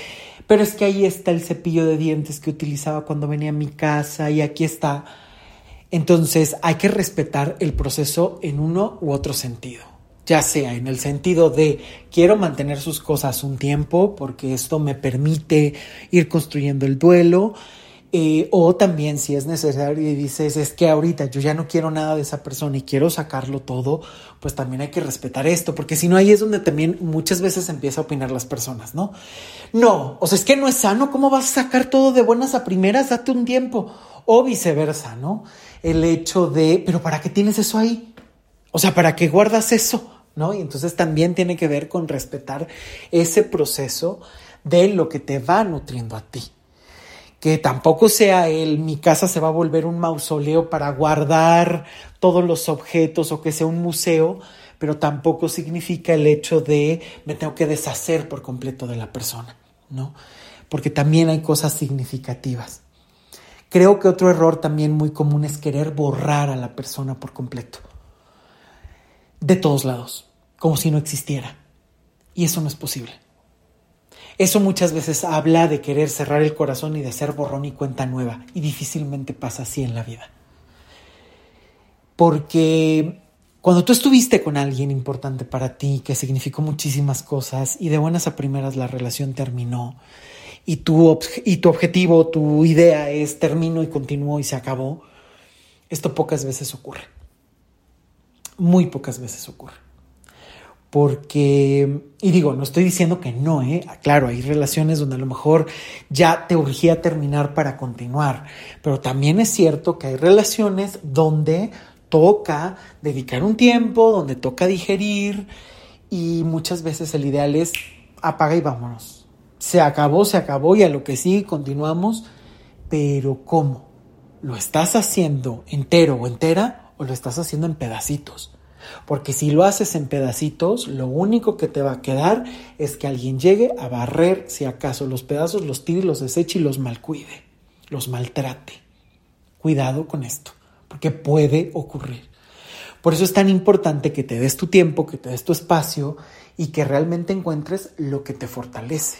pero es que ahí está el cepillo de dientes que utilizaba cuando venía a mi casa y aquí está. Entonces hay que respetar el proceso en uno u otro sentido, ya sea en el sentido de quiero mantener sus cosas un tiempo porque esto me permite ir construyendo el duelo, eh, o también si es necesario y dices es que ahorita yo ya no quiero nada de esa persona y quiero sacarlo todo, pues también hay que respetar esto, porque si no ahí es donde también muchas veces empieza a opinar las personas, ¿no? No, o sea, es que no es sano, ¿cómo vas a sacar todo de buenas a primeras? Date un tiempo, o viceversa, ¿no? El hecho de, pero ¿para qué tienes eso ahí? O sea, ¿para qué guardas eso? ¿No? Y entonces también tiene que ver con respetar ese proceso de lo que te va nutriendo a ti. Que tampoco sea el, mi casa se va a volver un mausoleo para guardar todos los objetos o que sea un museo, pero tampoco significa el hecho de me tengo que deshacer por completo de la persona, ¿no? Porque también hay cosas significativas. Creo que otro error también muy común es querer borrar a la persona por completo. De todos lados, como si no existiera. Y eso no es posible. Eso muchas veces habla de querer cerrar el corazón y de hacer borrón y cuenta nueva. Y difícilmente pasa así en la vida. Porque cuando tú estuviste con alguien importante para ti, que significó muchísimas cosas, y de buenas a primeras la relación terminó, y tu, obje- y tu objetivo, tu idea es termino y continúo y se acabó, esto pocas veces ocurre. Muy pocas veces ocurre. Porque, y digo, no estoy diciendo que no, ¿eh? Claro, hay relaciones donde a lo mejor ya te urgía terminar para continuar, pero también es cierto que hay relaciones donde toca dedicar un tiempo, donde toca digerir, y muchas veces el ideal es apaga y vámonos. Se acabó, se acabó y a lo que sí continuamos, pero ¿cómo? ¿Lo estás haciendo entero o entera o lo estás haciendo en pedacitos? Porque si lo haces en pedacitos, lo único que te va a quedar es que alguien llegue a barrer, si acaso, los pedazos, los tire, los deseche y los malcuide, los maltrate. Cuidado con esto, porque puede ocurrir. Por eso es tan importante que te des tu tiempo, que te des tu espacio y que realmente encuentres lo que te fortalece.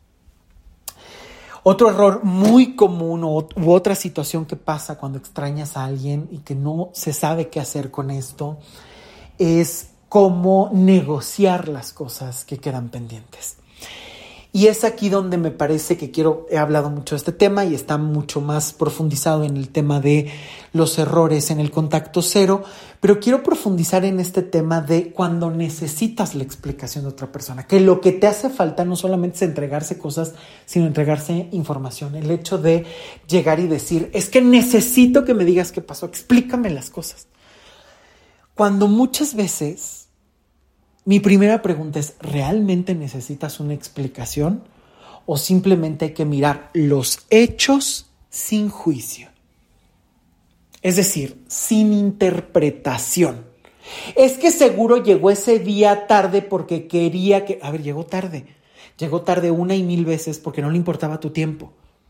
Otro error muy común u otra situación que pasa cuando extrañas a alguien y que no se sabe qué hacer con esto es cómo negociar las cosas que quedan pendientes. Y es aquí donde me parece que quiero, he hablado mucho de este tema y está mucho más profundizado en el tema de los errores en el contacto cero, pero quiero profundizar en este tema de cuando necesitas la explicación de otra persona, que lo que te hace falta no solamente es entregarse cosas, sino entregarse información. El hecho de llegar y decir, es que necesito que me digas qué pasó, explícame las cosas. Cuando muchas veces mi primera pregunta es, ¿realmente necesitas una explicación? ¿O simplemente hay que mirar los hechos sin juicio? Es decir, sin interpretación. Es que seguro llegó ese día tarde porque quería que... A ver, llegó tarde. Llegó tarde una y mil veces porque no le importaba tu tiempo.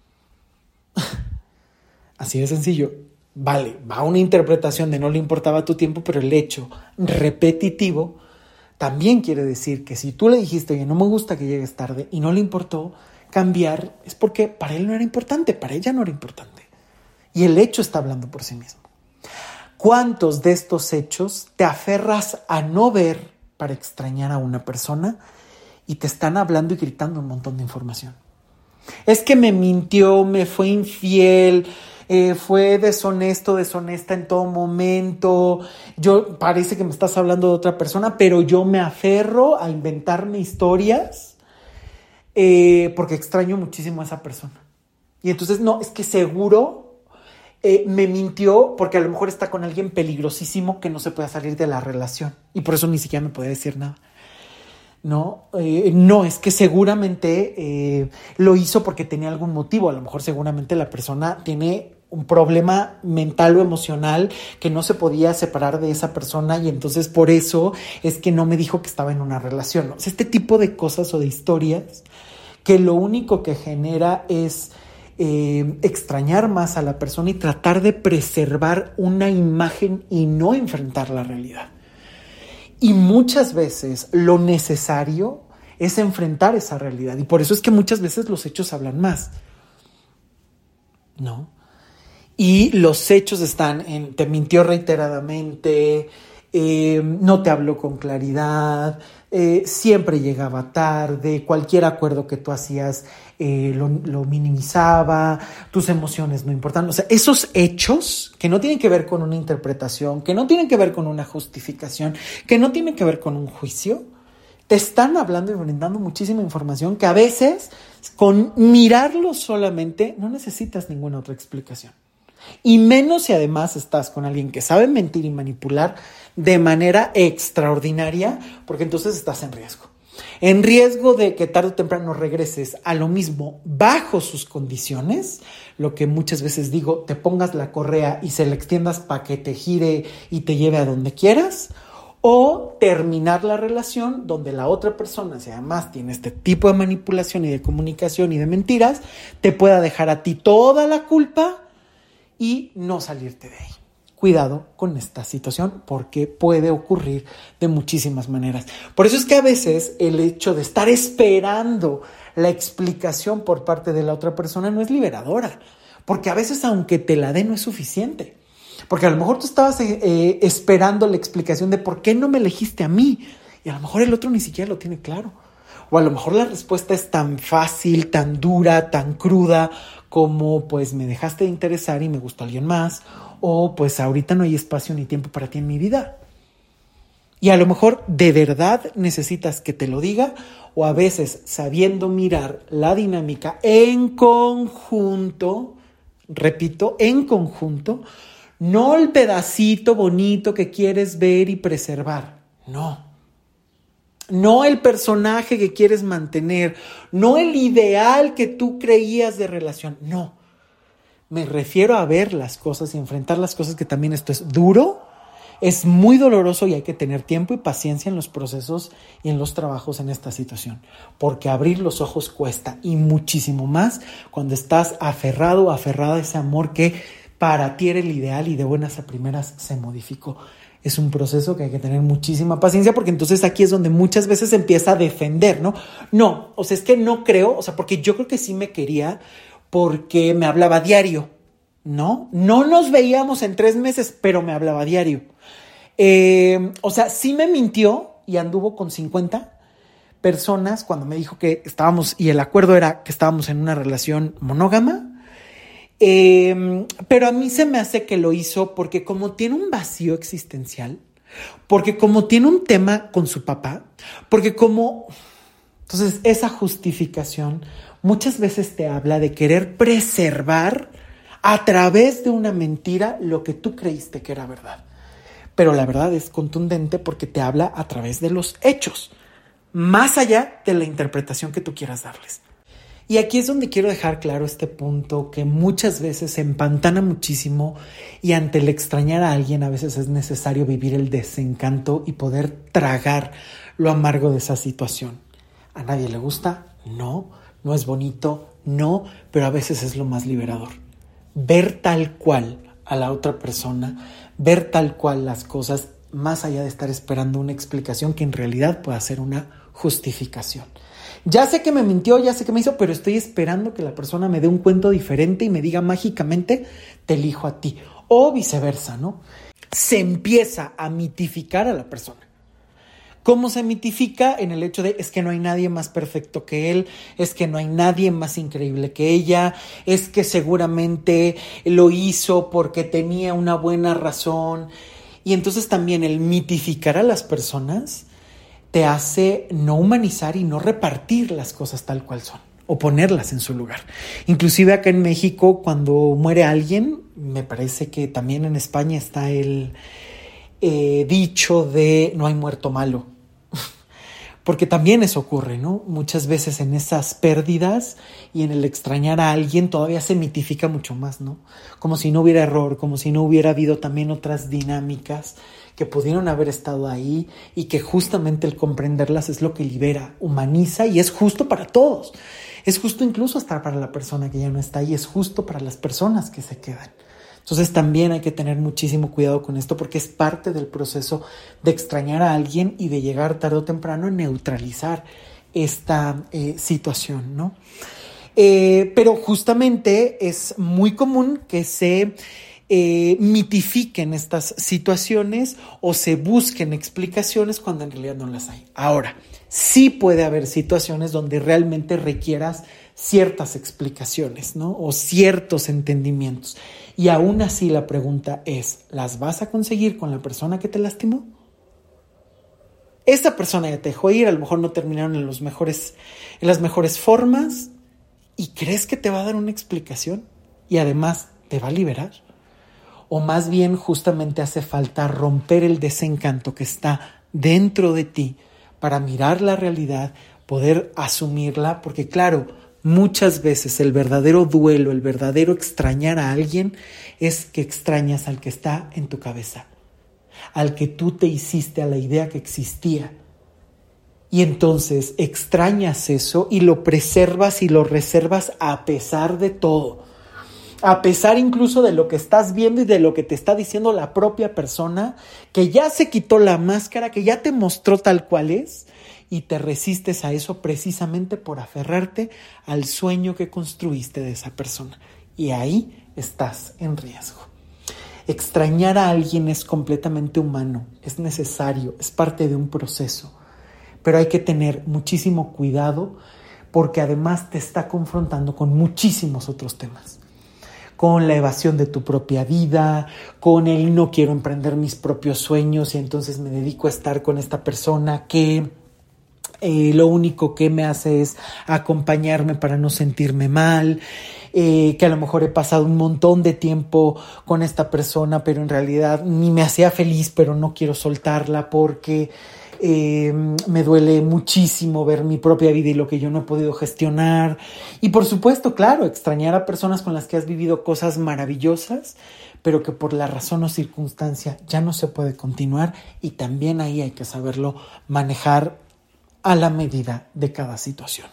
Así de sencillo. Vale, va una interpretación de no le importaba tu tiempo, pero el hecho repetitivo también quiere decir que si tú le dijiste, oye, no me gusta que llegues tarde y no le importó cambiar, es porque para él no era importante, para ella no era importante. Y el hecho está hablando por sí mismo. ¿Cuántos de estos hechos te aferras a no ver para extrañar a una persona y te están hablando y gritando un montón de información? Es que me mintió, me fue infiel, Eh, fue deshonesto, deshonesta en todo momento, yo parece que me estás hablando de otra persona, pero yo me aferro a inventarme historias eh, porque extraño muchísimo a esa persona. Y entonces, no, es que seguro eh, me mintió porque a lo mejor está con alguien peligrosísimo que no se puede salir de la relación y por eso ni siquiera me puede decir nada. No, eh, no, es que seguramente eh, lo hizo porque tenía algún motivo. A lo mejor seguramente la persona tiene un problema mental o emocional que no se podía separar de esa persona y entonces por eso es que no me dijo que estaba en una relación, ¿no? O sea, este tipo de cosas o de historias que lo único que genera es eh, extrañar más a la persona y tratar de preservar una imagen y no enfrentar la realidad. Y muchas veces lo necesario es enfrentar esa realidad. Y por eso es que muchas veces los hechos hablan más, ¿no? Y los hechos están en te mintió reiteradamente, eh, no te habló con claridad, eh, siempre llegaba tarde, cualquier acuerdo que tú hacías eh, lo, lo minimizaba, tus emociones no importan. O sea, esos hechos que no tienen que ver con una interpretación, que no tienen que ver con una justificación, que no tienen que ver con un juicio, te están hablando y brindando muchísima información que a veces con mirarlo solamente no necesitas ninguna otra explicación. Y menos si además estás con alguien que sabe mentir y manipular de manera extraordinaria, porque entonces estás en riesgo. En riesgo de que tarde o temprano regreses a lo mismo bajo sus condiciones, lo que muchas veces digo, te pongas la correa y se la extiendas para que te gire y te lleve a donde quieras, o terminar la relación donde la otra persona, si además tiene este tipo de manipulación y de comunicación y de mentiras, te pueda dejar a ti toda la culpa y no salirte de ahí. Cuidado con esta situación porque puede ocurrir de muchísimas maneras. Por eso es que a veces el hecho de estar esperando la explicación por parte de la otra persona no es liberadora, porque a veces aunque te la dé no es suficiente. Porque a lo mejor tú estabas eh, esperando la explicación de por qué no me elegiste a mí y a lo mejor el otro ni siquiera lo tiene claro. O a lo mejor la respuesta es tan fácil, tan dura, tan cruda como pues me dejaste de interesar y me gustó alguien más, o pues ahorita no hay espacio ni tiempo para ti en mi vida. Y a lo mejor de verdad necesitas que te lo diga, o a veces sabiendo mirar la dinámica en conjunto, repito, en conjunto, no el pedacito bonito que quieres ver y preservar, no. No el personaje que quieres mantener, no el ideal que tú creías de relación, no. Me refiero a ver las cosas y enfrentar las cosas, que también esto es duro, es muy doloroso y hay que tener tiempo y paciencia en los procesos y en los trabajos en esta situación, porque abrir los ojos cuesta y muchísimo más cuando estás aferrado o aferrada a ese amor que para ti era el ideal y de buenas a primeras se modificó. Es un proceso que hay que tener muchísima paciencia, porque entonces aquí es donde muchas veces se empieza a defender, ¿no? No, o sea, es que no creo, o sea, porque yo creo que sí me quería porque me hablaba diario, ¿no? No nos veíamos en tres meses, pero me hablaba diario. Eh, o sea, sí me mintió y anduvo con cincuenta personas cuando me dijo que estábamos, y el acuerdo era que estábamos en una relación monógama. Eh, pero a mí se me hace que lo hizo porque como tiene un vacío existencial, porque como tiene un tema con su papá, porque como... Entonces esa justificación muchas veces te habla de querer preservar a través de una mentira lo que tú creíste que era verdad. Pero la verdad es contundente porque te habla a través de los hechos, más allá de la interpretación que tú quieras darles. Y aquí es donde quiero dejar claro este punto que muchas veces se empantana muchísimo y ante el extrañar a alguien a veces es necesario vivir el desencanto y poder tragar lo amargo de esa situación. ¿A nadie le gusta? No. ¿No es bonito? No. Pero a veces es lo más liberador. Ver tal cual a la otra persona, ver tal cual las cosas, más allá de estar esperando una explicación que en realidad pueda ser una justificación. Ya sé que me mintió, ya sé que me hizo, pero estoy esperando que la persona me dé un cuento diferente y me diga mágicamente, te elijo a ti. O viceversa, ¿no? Se empieza a mitificar a la persona. ¿Cómo se mitifica? En el hecho de, es que no hay nadie más perfecto que él, es que no hay nadie más increíble que ella, es que seguramente lo hizo porque tenía una buena razón. Y entonces también el mitificar a las personas te hace no humanizar y no repartir las cosas tal cual son, o ponerlas en su lugar. Inclusive acá en México, cuando muere alguien, me parece que también en España está el eh, dicho de no hay muerto malo. Porque también eso ocurre, ¿no? Muchas veces en esas pérdidas y en el extrañar a alguien todavía se mitifica mucho más, ¿no? Como si no hubiera error, como si no hubiera habido también otras dinámicas que pudieron haber estado ahí y que justamente el comprenderlas es lo que libera, humaniza y es justo para todos. Es justo incluso hasta para la persona que ya no está ahí, es justo para las personas que se quedan. Entonces también hay que tener muchísimo cuidado con esto porque es parte del proceso de extrañar a alguien y de llegar tarde o temprano a neutralizar esta eh, situación, ¿no? Eh, pero justamente es muy común que se eh, mitifiquen estas situaciones o se busquen explicaciones cuando en realidad no las hay. Ahora, sí puede haber situaciones donde realmente requieras ciertas explicaciones, ¿no? O ciertos entendimientos. Y aún así la pregunta es, ¿las vas a conseguir con la persona que te lastimó? Esa persona ya te dejó ir, a lo mejor no terminaron en, los mejores, en las mejores formas, ¿y crees que te va a dar una explicación? Y además, ¿te va a liberar? O más bien justamente hace falta romper el desencanto que está dentro de ti para mirar la realidad, poder asumirla, porque claro, muchas veces el verdadero duelo, el verdadero extrañar a alguien es que extrañas al que está en tu cabeza, al que tú te hiciste a la idea que existía. Y entonces extrañas eso y lo preservas y lo reservas a pesar de todo. A pesar incluso de lo que estás viendo y de lo que te está diciendo la propia persona, que ya se quitó la máscara, que ya te mostró tal cual es, y te resistes a eso precisamente por aferrarte al sueño que construiste de esa persona. Y ahí estás en riesgo. Extrañar a alguien es completamente humano, es necesario, es parte de un proceso. Pero hay que tener muchísimo cuidado porque además te está confrontando con muchísimos otros temas. Con la evasión de tu propia vida, con el no quiero emprender mis propios sueños y entonces me dedico a estar con esta persona que eh, lo único que me hace es acompañarme para no sentirme mal, eh, que a lo mejor he pasado un montón de tiempo con esta persona, pero en realidad ni me hacía feliz, pero no quiero soltarla porque Eh, me duele muchísimo ver mi propia vida y lo que yo no he podido gestionar. Y por supuesto, claro, extrañar a personas con las que has vivido cosas maravillosas, pero que por la razón o circunstancia ya no se puede continuar, y también ahí hay que saberlo manejar a la medida de cada situación.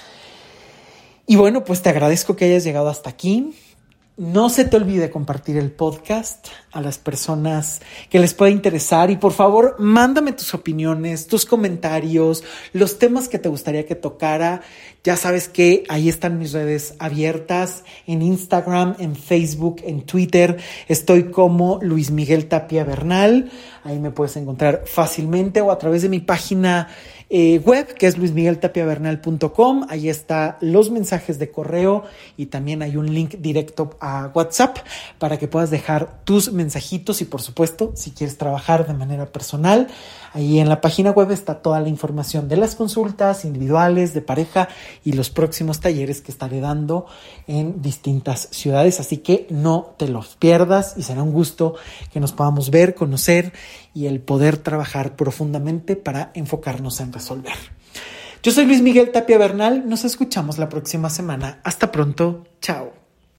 Y bueno, pues te agradezco que hayas llegado hasta aquí. No se te olvide compartir el podcast a las personas que les pueda interesar y por favor mándame tus opiniones, tus comentarios, los temas que te gustaría que tocara. Ya sabes que ahí están mis redes abiertas en Instagram, en Facebook, en Twitter. Estoy como Luis Miguel Tapia Bernal. Ahí me puedes encontrar fácilmente o a través de mi página Eh, web, que es luis miguel tapia bernal punto com. Ahí están los mensajes de correo y también hay un link directo a WhatsApp para que puedas dejar tus mensajitos y por supuesto, si quieres trabajar de manera personal, ahí en la página web está toda la información de las consultas individuales, de pareja y los próximos talleres que estaré dando en distintas ciudades, así que no te los pierdas y será un gusto que nos podamos ver, conocer y el poder trabajar profundamente para enfocarnos en resolver. Yo soy Luis Miguel Tapia Bernal, nos escuchamos la próxima semana. Hasta pronto, chao.